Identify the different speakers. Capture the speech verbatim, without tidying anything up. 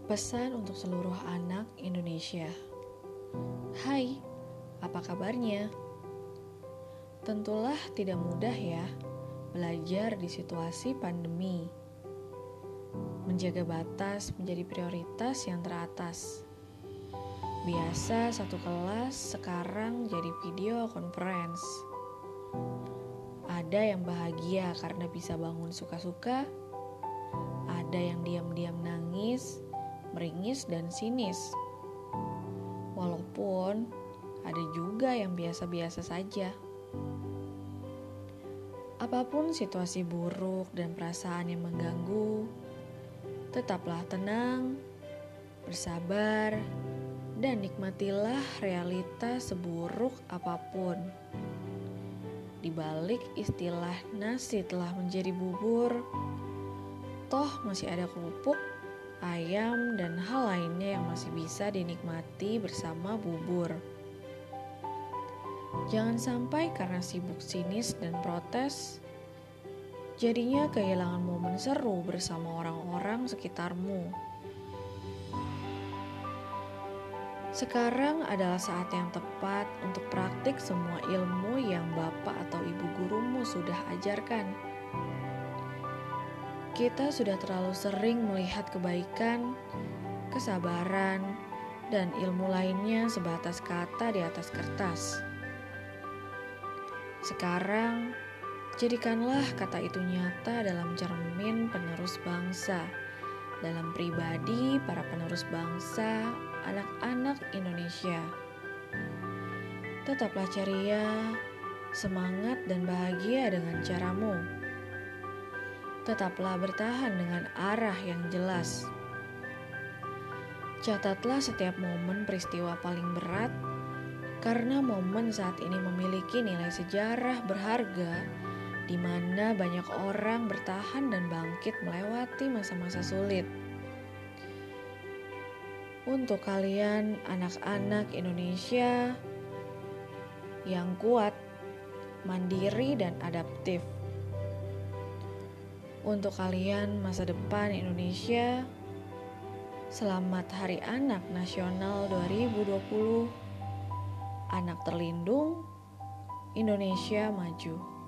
Speaker 1: Pesan untuk seluruh anak Indonesia. Hai, apa kabarnya? Tentulah tidak mudah ya belajar di situasi pandemi. Menjaga batas menjadi prioritas yang teratas. Biasa satu kelas sekarang jadi video conference. Ada yang bahagia karena bisa bangun suka-suka. Ada yang diam-diam nangis, meringis dan sinis. Walaupun ada juga yang biasa-biasa saja. Apapun situasi buruk dan perasaan yang mengganggu, tetaplah tenang, bersabar, dan nikmatilah realitas seburuk apapun. Di balik istilah nasi telah menjadi bubur, toh masih ada kerupuk, ayam, dan hal lainnya yang masih bisa dinikmati bersama bubur. Jangan sampai karena sibuk sinis dan protes, jadinya kehilangan momen seru bersama orang-orang sekitarmu. Sekarang adalah saat yang tepat untuk praktik semua ilmu yang bapak atau ibu gurumu sudah ajarkan. Kita sudah terlalu sering melihat kebaikan, kesabaran, dan ilmu lainnya sebatas kata di atas kertas. Sekarang, jadikanlah kata itu nyata dalam cermin penerus bangsa, dalam pribadi para penerus bangsa, anak-anak Indonesia. Tetaplah ceria, semangat, dan bahagia dengan caramu. Tetaplah bertahan dengan arah yang jelas. Catatlah setiap momen peristiwa paling berat, karena momen saat ini memiliki nilai sejarah berharga, di mana banyak orang bertahan dan bangkit melewati masa-masa sulit. Untuk kalian anak-anak Indonesia yang kuat, mandiri, dan adaptif. Untuk kalian masa depan Indonesia, selamat Hari Anak Nasional dua ribu dua puluh. Anak terlindung, Indonesia maju.